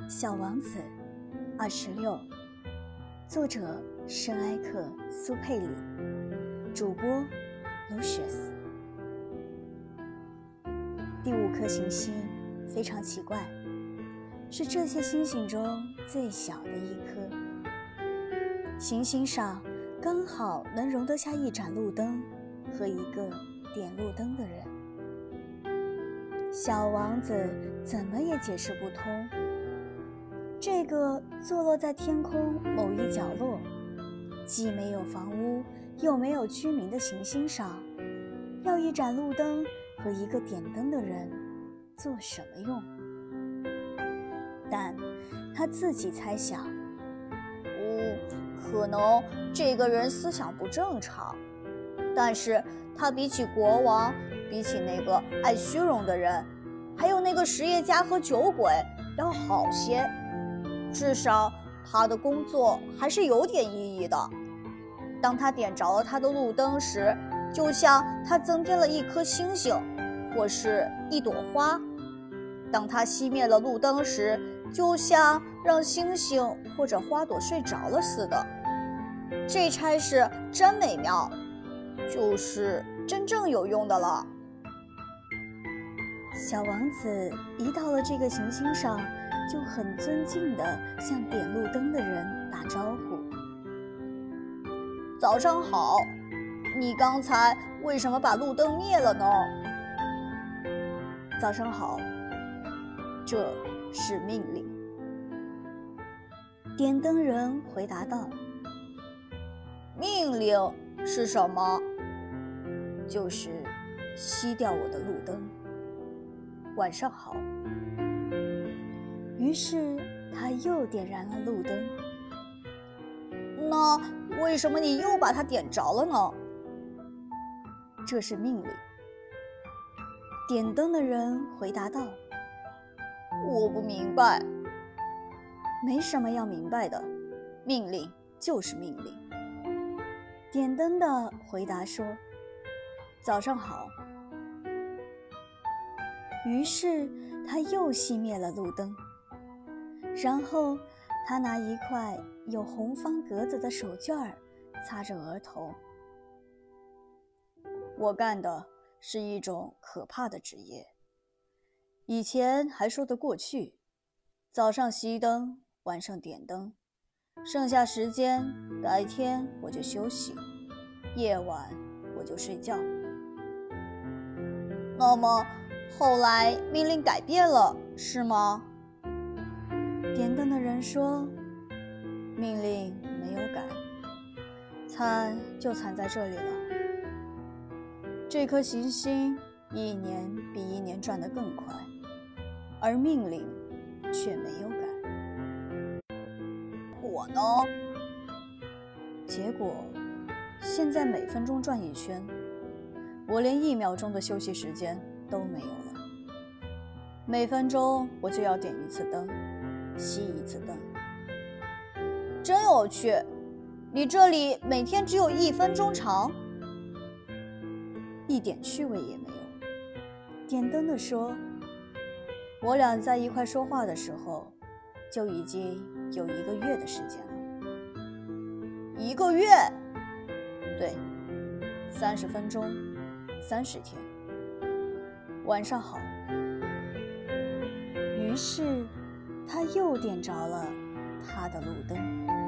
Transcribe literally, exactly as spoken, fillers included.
小王子，二十六，作者圣埃克苏佩里，主播 Lucius。第五颗行星非常奇怪，是这些星星中最小的一颗。行星上刚好能容得下一盏路灯和一个点路灯的人。小王子怎么也解释不通，这个坐落在天空某一角落，既没有房屋又没有居民的行星上，要一盏路灯和一个点灯的人做什么用？但他自己猜想， 嗯，可能这个人思想不正常，但是他比起国王，比起那个爱虚荣的人，还有那个实业家和酒鬼要好些，至少他的工作还是有点意义的。当他点着了他的路灯时，就像他增添了一颗星星或是一朵花；当他熄灭了路灯时，就像让星星或者花朵睡着了似的。这差事真美妙，就是真正有用的了。 小王子一到了这个行星上，就很尊敬地向点路灯的人打招呼。 早上好，你刚才为什么把路灯灭了呢？ 早上好，这是命令。点灯人回答道。 命令是什么？ 就是熄掉我的路灯。晚上好。于是他又点燃了路灯。 那为什么你又把它点着了呢？ 这是命令。点灯的人回答道。 我不明白。 没什么要明白的，命令就是命令。点灯的回答说。早上好。于是他又熄灭了路灯，然后他拿一块有红方格子的手绢擦着额头。我干的是一种可怕的职业，以前还说得过去，早上熄灯，晚上点灯，剩下时间白天我就休息，夜晚我就睡觉。 那么后来命令改变了，是吗？ 点灯的人说，命令没有改，惨就惨在这里了。这颗行星一年比一年转得更快，而命令却没有改。 我呢？ 结果现在每分钟转一圈，我连一秒钟的休息时间都没有了。每分钟我就要点一次灯，熄一次灯。 真有趣，你这里每天只有一分钟长。 一点趣味也没有。点灯的说，我俩在一块说话的时候，就已经有一个月的时间了。 一个月？ 对，三十分钟，三十天。晚上好。于是他又点着了他的路灯。